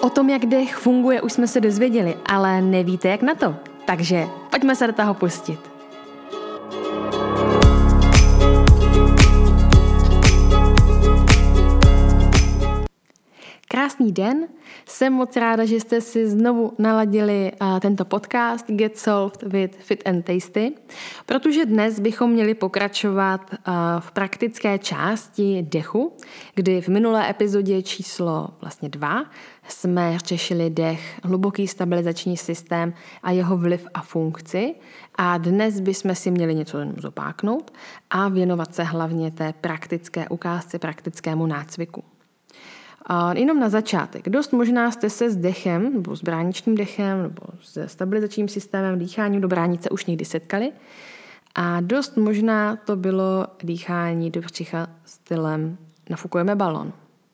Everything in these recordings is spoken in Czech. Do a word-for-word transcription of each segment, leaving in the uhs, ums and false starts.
O tom, jak dech funguje, už jsme se dozvěděli, ale nevíte, jak na to. Takže pojďme se do toho pustit. Krásný den, jsem moc ráda, že jste si znovu naladili uh, tento podcast Get Solved with Fit and Tasty, protože dnes bychom měli pokračovat uh, v praktické části dechu, kdy v minulé epizodě číslo vlastně dva jsme řešili dech, hluboký stabilizační systém a jeho vliv a funkci a dnes bychom si měli něco zopáknout a věnovat se hlavně té praktické ukázce, praktickému nácviku. A jenom na začátek. Dost možná jste se s dechem, nebo s bráničním dechem, nebo se stabilizačním systémem dýchání do bránice už někdy setkali. A dost možná to bylo dýchání do břicha stylem nafukujeme balon.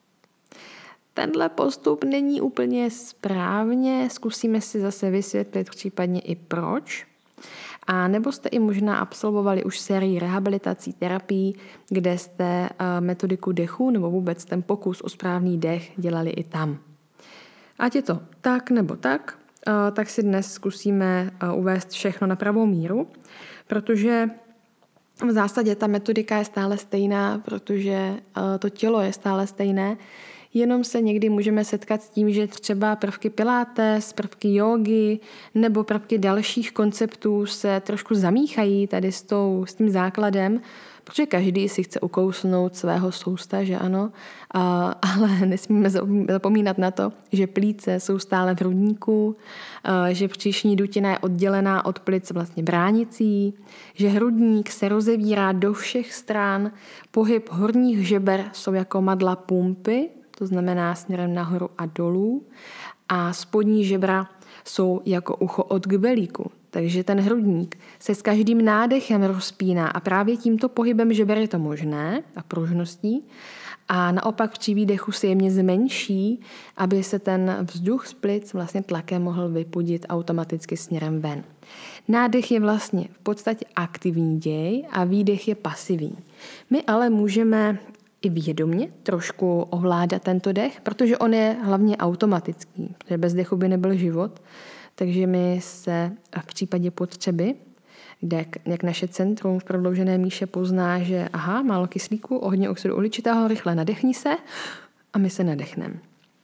Tenhle postup není úplně správně, zkusíme si zase vysvětlit případně i proč. A nebo jste i možná absolvovali už sérii rehabilitací, terapií, kde jste metodiku dechu nebo vůbec ten pokus o správný dech dělali i tam. Ať je to tak nebo tak, tak si dnes zkusíme uvést všechno na pravou míru, protože v zásadě ta metodika je stále stejná, protože to tělo je stále stejné, jenom se někdy můžeme setkat s tím, že třeba prvky pilates, prvky jógy nebo prvky dalších konceptů se trošku zamíchají tady s, tou, s tím základem, protože každý si chce ukousnout svého sousta, že ano, a, ale nesmíme zapomínat na to, že plíce jsou stále v hrudníku, a, že břišní dutina je oddělená od plic vlastně bránicí, že hrudník se rozevírá do všech stran, pohyb horních žeber jsou jako madla pumpy, to znamená směrem nahoru a dolů, a spodní žebra jsou jako ucho od kbelíku. Takže ten hrudník se s každým nádechem rozpíná a právě tímto pohybem žeber je to možné a pružností. A naopak při výdechu se jemně zmenší, aby se ten vzduch z plic vlastně tlakem mohl vypudit automaticky směrem ven. Nádech je vlastně v podstatě aktivní děj a výdech je pasivní. My ale můžeme i vědomě trošku ovládat tento dech, protože on je hlavně automatický, protože bez dechu by nebyl život. Takže my se v případě potřeby, kde jak naše centrum v prodloužené míše pozná, že aha, málo kyslíku, ohně oxidu uhličitého, rychle nadechni se a my se nadechneme.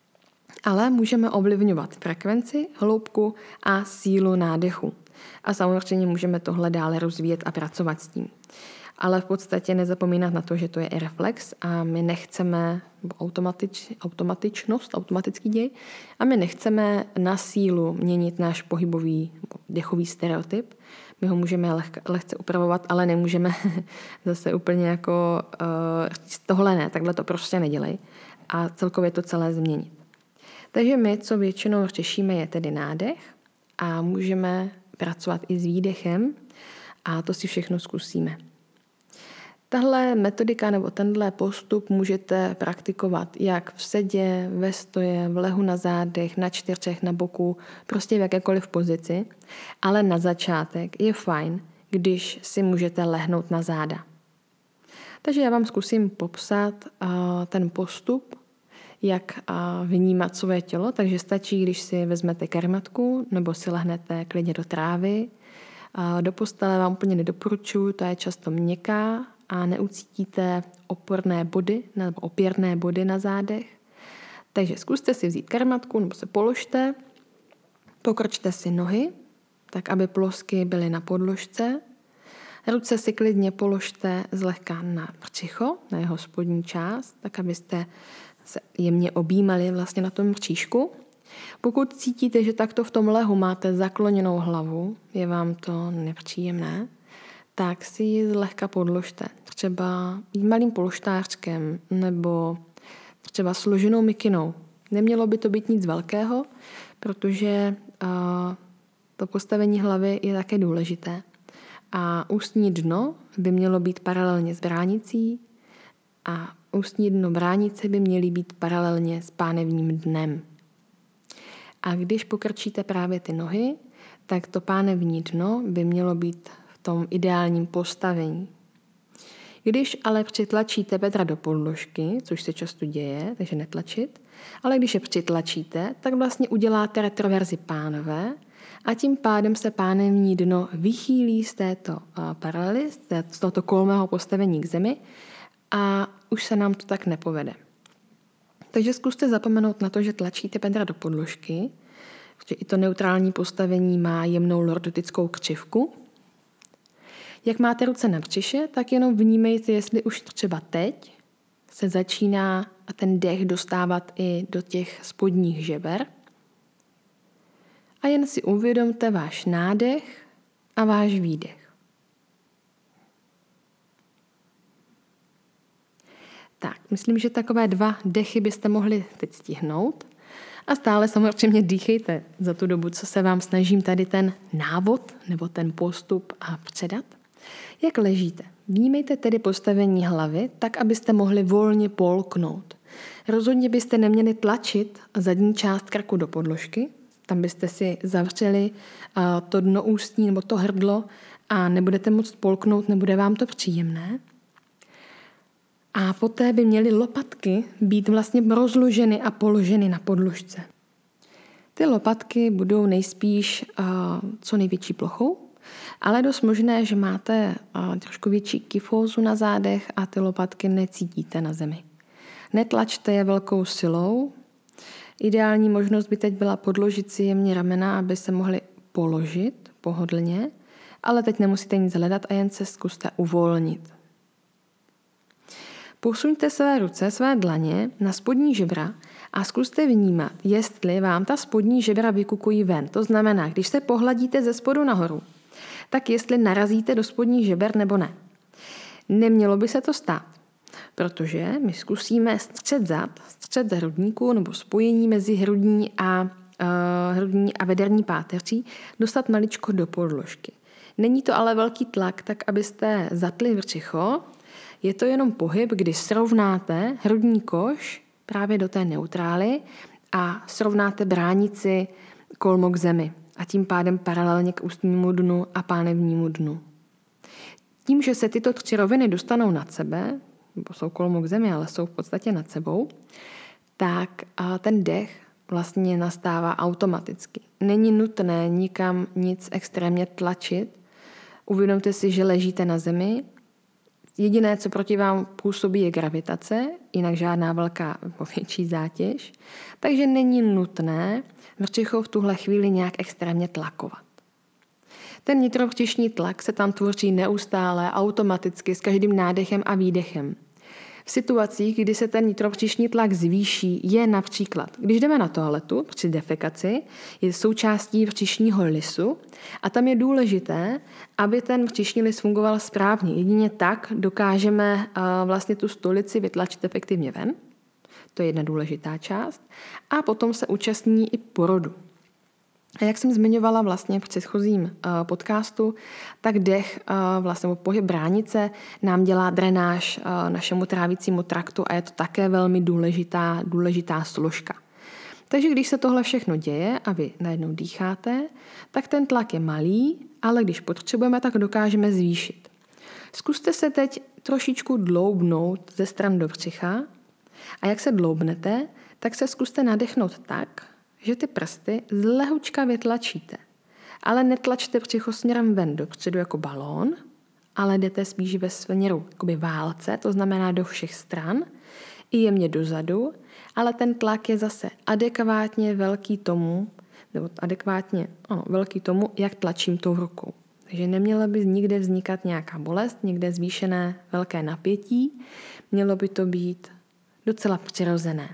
Ale můžeme ovlivňovat frekvenci, hloubku a sílu nádechu. A samozřejmě můžeme tohle dále rozvíjet a pracovat s tím. Ale v podstatě nezapomínat na to, že to je reflex a my nechceme automatič, automatičnost, automatický děj a my nechceme na sílu měnit náš pohybový dechový stereotyp. My ho můžeme lehka, lehce upravovat, ale nemůžeme zase úplně jako uh, říct tohle ne, takhle to prostě nedělej a celkově to celé změnit. Takže my, co většinou řešíme, je tedy nádech a můžeme pracovat i s výdechem a to si všechno zkusíme. Tahle metodika nebo tenhle postup můžete praktikovat jak v sedě, ve stoje, v lehu na zádech, na čtyřech, na boku, prostě v jakékoliv pozici, ale na začátek je fajn, když si můžete lehnout na záda. Takže já vám zkusím popsat uh, ten postup, jak uh, vnímat své tělo, takže stačí, když si vezmete karmatku nebo si lehnete klidně do trávy. Uh, do postele vám úplně nedoporučuju, to je často měkká, a neucítíte oporné body nebo opěrné body na zádech. Takže zkuste si vzít karmatku nebo se položte, pokročte si nohy, tak aby plosky byly na podložce. Ruce si klidně položte zlehka na břicho, na jeho spodní část, tak abyste se jemně objímali vlastně na tom bříšku. Pokud cítíte, že takto v tom lehu máte zakloněnou hlavu, je vám to nepříjemné, tak si ji zlehka podložte. Třeba malým polštářkem nebo třeba složenou mikinou. Nemělo by to být nic velkého, protože uh, to postavení hlavy je také důležité. A ústní dno by mělo být paralelně s bránicí a ústní dno bránice by měly být paralelně s pánevním dnem. A když pokrčíte právě ty nohy, tak to pánevní dno by mělo být v tom ideálním postavení. Když ale přitlačíte bedra do podložky, což se často děje, takže netlačit, Ale když je přitlačíte, tak vlastně uděláte retroverzi pánve a tím pádem se pánevní dno vychýlí z této paralely, z tohoto kolmého postavení k zemi a už se nám to tak nepovede. Takže zkuste zapomenout na to, že tlačíte bedra do podložky, protože i to neutrální postavení má jemnou lordotickou křivku. Jak máte ruce na břiše, tak jenom vnímejte, jestli už třeba teď se začíná ten dech dostávat i do těch spodních žeber. A jen si uvědomte váš nádech a váš výdech. Tak, myslím, že takové dva dechy byste mohli teď stihnout. A stále samozřejmě dýchejte za tu dobu, co se vám snažím tady ten návod nebo ten postup a předat. Jak ležíte? Vnímejte tedy postavení hlavy tak, abyste mohli volně polknout. Rozhodně byste neměli tlačit zadní část krku do podložky. Tam byste si zavřeli to dno ústní nebo to hrdlo a nebudete moct polknout, nebude vám to příjemné. A poté by měly lopatky být vlastně rozloženy a položeny na podložce. Ty lopatky budou nejspíš uh, co největší plochou, ale dost možné, že máte uh, trošku větší kyfózu na zádech a ty lopatky necítíte na zemi. Netlačte je velkou silou. Ideální možnost by teď byla podložit si jemně ramena, aby se mohli položit pohodlně, ale teď nemusíte nic hledat a jen se zkuste uvolnit. Posuňte své ruce, své dlaně na spodní žebra a zkuste vnímat, jestli vám ta spodní žebra vykukují ven. To znamená, když se pohladíte ze spodu nahoru, tak jestli narazíte do spodních žeber nebo ne. Nemělo by se to stát, protože my zkusíme střed zad, střed hrudníku nebo spojení mezi hrudní a, uh, hrudní a vederní páteří dostat maličko do podložky. Není to ale velký tlak, tak abyste zatli břicho. Je to jenom pohyb, kdy srovnáte hrudní koš právě do té neutrály a srovnáte bránici kolmo k zemi a tím pádem paralelně k ústnímu dnu a pánevnímu dnu. Tím, že se tyto tři roviny dostanou nad sebe, nebo jsou kolmo k zemi, ale jsou v podstatě nad sebou, tak ten dech vlastně nastává automaticky. Není nutné nikam nic extrémně tlačit. Uvědomte si, že ležíte na zemi. Jediné, co proti vám působí, je gravitace, jinak žádná velká větší zátěž. Takže není nutné břicho v tuhle chvíli nějak extrémně tlakovat. Ten nitrobřišní tlak se tam tvoří neustále, automaticky, s každým nádechem a výdechem. V situacích, kdy se ten nitrobřišní tlak zvýší, je například, když jdeme na toaletu při defekaci, je součástí břišního lisu a tam je důležité, aby ten břišní lis fungoval správně. Jedině tak dokážeme uh, vlastně tu stolici vytlačit efektivně ven. To je jedna důležitá část. A potom se účastní i porodu. A jak jsem zmiňovala vlastně v předchozím uh, podcastu, tak dech, uh, vlastně pohyb bránice nám dělá drenáž uh, našemu trávicímu traktu a je to také velmi důležitá, důležitá složka. Takže když se tohle všechno děje a vy najednou dýcháte, tak ten tlak je malý, ale když potřebujeme, tak dokážeme zvýšit. Zkuste se teď trošičku dloubnout ze stran do břicha a jak se dloubnete, tak se zkuste nadechnout tak, že ty prsty zlehučka vytlačíte. Ale netlačte břicho směrem ven dopředu jako balón, ale jdete spíš ve směru jakoby válce, to znamená do všech stran, i jemně dozadu, ale ten tlak je zase adekvátně velký tomu, nebo adekvátně ano, velký tomu, jak tlačím tou rukou. Takže nemělo by nikde vznikat nějaká bolest, někde zvýšené velké napětí, mělo by to být docela přirozené.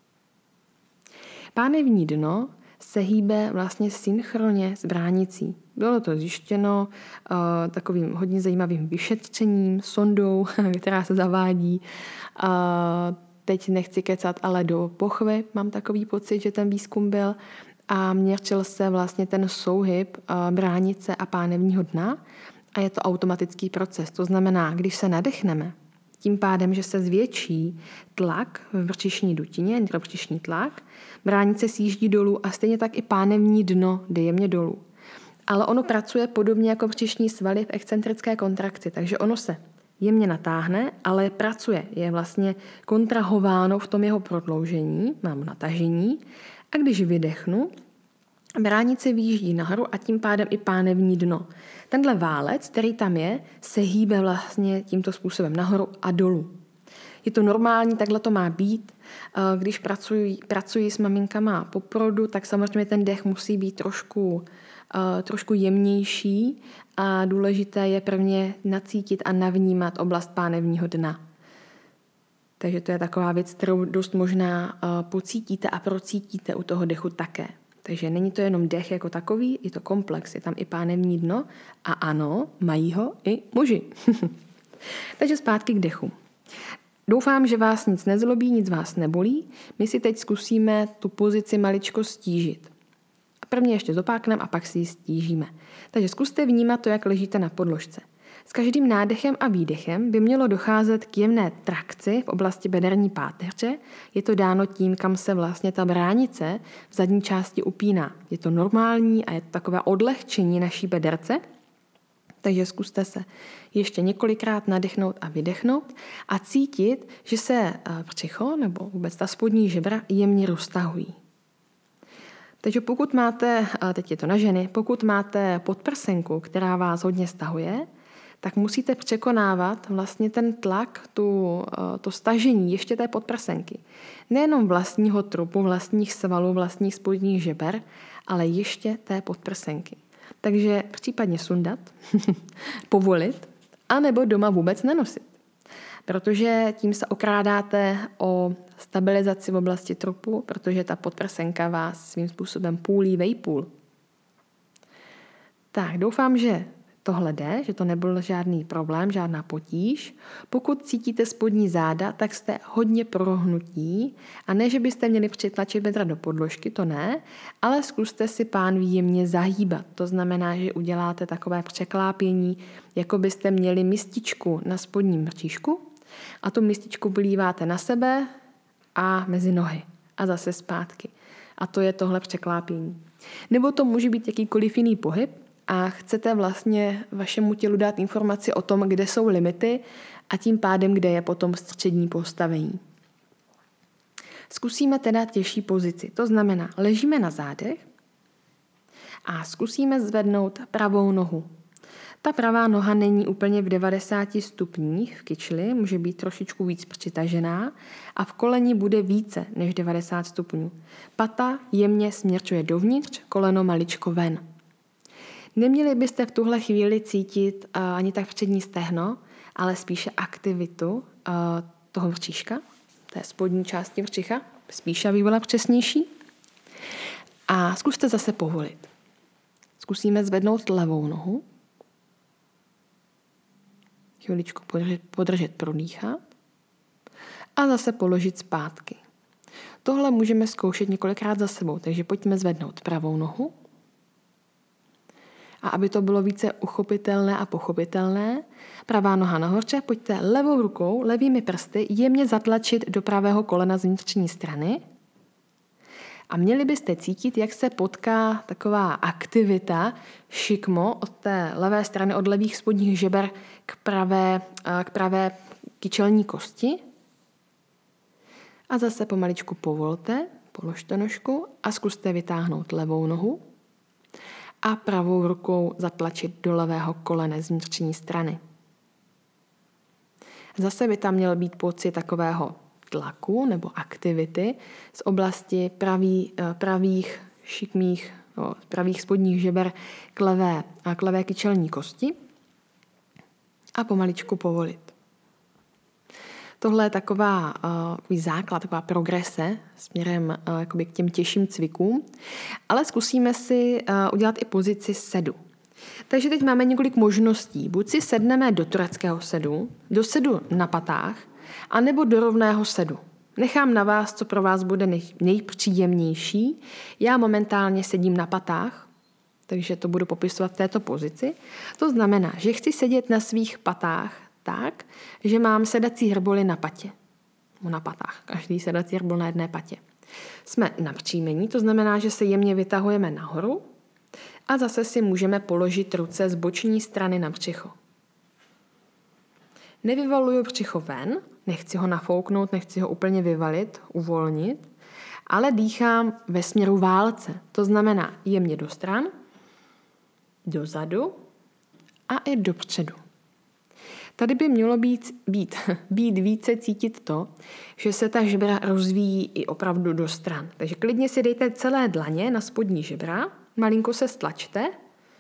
Pánevní dno se hýbe vlastně synchronně s bránicí. Bylo to zjištěno uh, takovým hodně zajímavým vyšetřením, sondou, která se zavádí. Uh, teď nechci kecat, ale do pochvy mám takový pocit, že ten výzkum byl a měřil se vlastně ten souhyb uh, bránice a pánevního dna a je to automatický proces. To znamená, když se nadechneme, tím pádem, že se zvětší tlak v břišní dutině, nitrobřišní tlak, bránice sjíždí dolů a stejně tak i pánevní dno jde jemně dolů. Ale ono pracuje podobně jako břišní svaly v excentrické kontrakci, takže ono se jemně natáhne, ale pracuje. Je vlastně kontrahováno v tom jeho prodloužení, mám natažení. A když vydechnu, bránice výjíždí nahoru a tím pádem i pánevní dno. Tenhle válec, který tam je, se hýbe vlastně tímto způsobem nahoru a dolů. Je to normální, takhle to má být. Když pracuji, pracuji s maminkama po porodu, tak samozřejmě ten dech musí být trošku, trošku jemnější a důležité je prvně nacítit a navnímat oblast pánevního dna. Takže to je taková věc, kterou dost možná pocítíte a procítíte u toho dechu také. Takže není to jenom dech jako takový, je to komplex, je tam i pánevní dno a ano, mají ho i muži. Takže zpátky k dechu. Doufám, že vás nic nezlobí, nic vás nebolí. My si teď zkusíme tu pozici maličko stížit. Prvně ještě zopákneme a pak si ji stížíme. Takže zkuste vnímat to, jak ležíte na podložce. S každým nádechem a výdechem by mělo docházet k jemné trakci v oblasti bederní páteře. Je to dáno tím, kam se vlastně ta bránice v zadní části upíná. Je to normální a je to takové odlehčení naší bederce. Takže zkuste se ještě několikrát nadechnout a vydechnout a cítit, že se břicho nebo vůbec ta spodní žebra jemně roztahují. Takže pokud máte, teď je to na ženy, pokud máte podprsenku, která vás hodně stahuje, tak musíte překonávat vlastně ten tlak, tu, to stažení ještě té podprsenky. Nejenom vlastního trupu, vlastních svalů, vlastních spodních žeber, ale ještě té podprsenky. Takže případně sundat, povolit, anebo doma vůbec nenosit. Protože tím se okrádáte o stabilizaci v oblasti trupu, protože ta podprsenka vás svým způsobem půlí vejpůl. Tak, doufám, že tohle jde, že to nebyl žádný problém, žádná potíž. Pokud cítíte spodní záda, tak jste hodně prohnutí a ne, že byste měli přitlačit bedra do podložky, to ne, ale zkuste si pánví jemně zahýbat. To znamená, že uděláte takové překlápění, jako byste měli mističku na spodním bříšku a tu mističku vlíváte na sebe a mezi nohy a zase zpátky. A to je tohle překlápění. Nebo to může být jakýkoliv jiný pohyb, a chcete vlastně vašemu tělu dát informaci o tom, kde jsou limity a tím pádem, kde je potom střední postavení. Zkusíme teda těžší pozici. To znamená, ležíme na zádech a zkusíme zvednout pravou nohu. Ta pravá noha není úplně v devadesáti stupních v kyčli, může být trošičku víc přitažená a v koleni bude více než devadesát stupňů. Pata jemně směřuje dovnitř, koleno maličko ven. Neměli byste v tuhle chvíli cítit uh, ani tak přední stehno, ale spíše aktivitu uh, toho bříška, té spodní části břicha, spíše, aby byla přesnější. A zkuste zase povolit. Zkusíme zvednout levou nohu, chviličku podržet, podržet, prodýchat a zase položit zpátky. Tohle můžeme zkoušet několikrát za sebou, takže pojďme zvednout pravou nohu. A aby to bylo více uchopitelné a pochopitelné, pravá noha nahoře, pojďte levou rukou, levými prsty jemně zatlačit do pravého kolena z vnitřní strany. A měli byste cítit, jak se potká taková aktivita, šikmo od té levé strany, od levých spodních žeber k pravé, k pravé kyčelní kosti. A zase pomaličku povolte, položte nožku a zkuste vytáhnout levou nohu a pravou rukou zatlačit do levého kolene z vnitřní strany. Zase by tam měl být pocit takového tlaku nebo aktivity z oblasti pravý, pravých šikmých, no, pravých spodních žeber k levé, k levé kyčelní kosti a pomaličku povolit. Tohle je taková uh, základ, taková progrese směrem uh, jakoby k těm těžším cvikům, ale zkusíme si uh, udělat i pozici sedu. Takže teď máme několik možností. Buď si sedneme do tureckého sedu, do sedu na patách, anebo do rovného sedu. Nechám na vás, co pro vás bude nej, nejpříjemnější. Já momentálně sedím na patách, takže to budu popisovat v této pozici. To znamená, že chci sedět na svých patách tak, že mám sedací hrboly na patě. Na patách. Každý sedací hrbol na jedné patě. Jsme na příjmení, to znamená, že se jemně vytahujeme nahoru a zase si můžeme položit ruce z boční strany na břicho. Nevyvaluju břicho ven, nechci ho nafouknout, nechci ho úplně vyvalit, uvolnit, ale dýchám ve směru válce. To znamená jemně do stran, dozadu a i dopředu. Tady by mělo být, být, být více cítit to, že se ta žebra rozvíjí i opravdu do stran. Takže klidně si dejte celé dlaně na spodní žebra, malinko se stlačte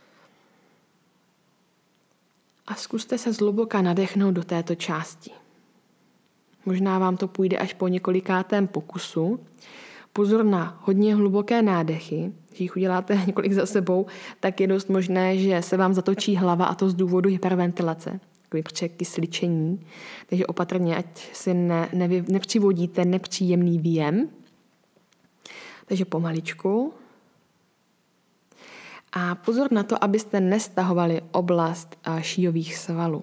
a zkuste se zhluboka nadechnout do této části. Možná vám to půjde až po několikátém pokusu. Pozor na hodně hluboké nádechy. Když jich uděláte několik za sebou, tak je dost možné, že se vám zatočí hlava, a to z důvodu hyperventilace. Takový překysličení. Takže opatrně, ať si ne, ne, nepřivodíte nepříjemný výjem. Takže pomaličku. A pozor na to, abyste nestahovali oblast šíjových svalů.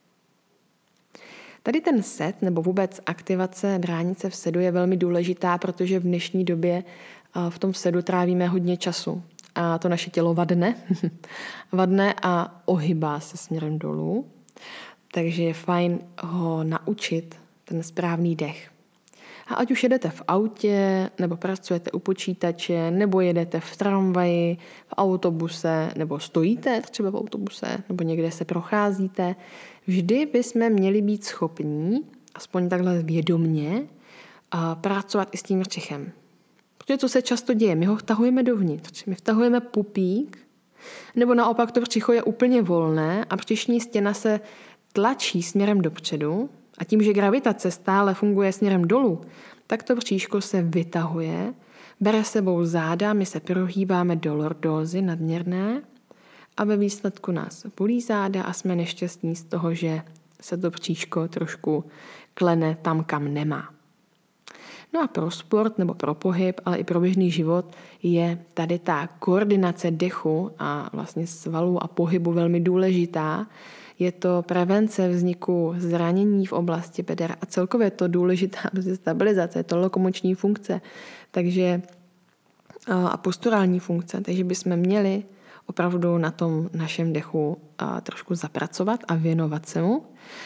Tady ten set nebo vůbec aktivace bránice v sedu je velmi důležitá, protože v dnešní době v tom sedu trávíme hodně času. A to naše tělo vadne. vadne a ohybá se směrem dolů. Takže je fajn ho naučit ten správný dech. A ať už jedete v autě, nebo pracujete u počítače, nebo jedete v tramvaji, v autobuse, nebo stojíte třeba v autobuse, nebo někde se procházíte, vždy bychom měli být schopní, aspoň takhle vědomně, pracovat i s tím břichem. Protože co se často děje? My ho vtahujeme dovnitř, my vtahujeme pupík, nebo naopak to břicho je úplně volné a břišní stěna se tlačí směrem dopředu, a tím, že gravitace stále funguje směrem dolů, tak to bříško se vytahuje, bere sebou záda, my se prohýbáme do lordózy nadměrné a ve výsledku nás bolí záda a jsme nešťastní z toho, že se to bříško trošku klene tam, kam nemá. No a pro sport nebo pro pohyb, ale i pro běžný život je tady ta koordinace dechu a vlastně svalů a pohybu velmi důležitá. Je to prevence vzniku zranění v oblasti beder a celkově je to důležitá stabilizace, je to lokomoční funkce takže, a posturální funkce, takže bychom měli opravdu na tom našem dechu trošku zapracovat a věnovat se mu.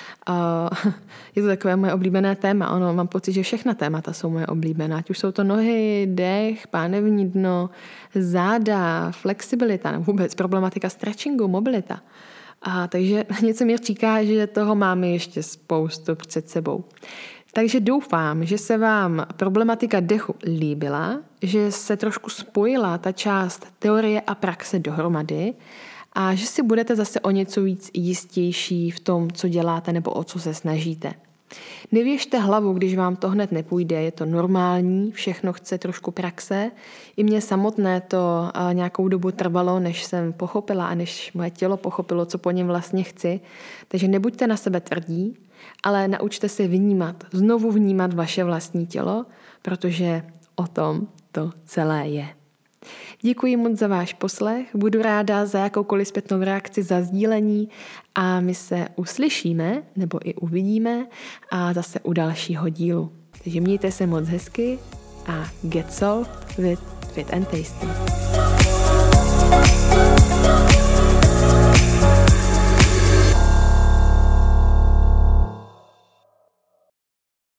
Je to takové moje oblíbené téma. Ono, mám pocit, že všechna témata jsou moje oblíbená. Ať už jsou to nohy, dech, pánevní dno, záda, flexibilita, vůbec problematika stretchingu, mobilita. A takže něco mi říká, že toho máme ještě spoustu před sebou. Takže doufám, že se vám problematika dechu líbila, že se trošku spojila ta část teorie a praxe dohromady a že si budete zase o něco víc jistější v tom, co děláte nebo o co se snažíte. Nevěžte hlavu, když vám to hned nepůjde, je to normální, všechno chce trošku praxe. I mě samotné to nějakou dobu trvalo, než jsem pochopila a než moje tělo pochopilo, co po něm vlastně chci. Takže nebuďte na sebe tvrdí, ale naučte se vnímat, znovu vnímat vaše vlastní tělo, protože o tom to celé je. Děkuji moc za váš poslech, budu ráda za jakoukoliv zpětnou reakci, za sdílení a my se uslyšíme nebo i uvidíme a zase u dalšího dílu. Takže mějte se moc hezky a get solved with Fit and Tasty.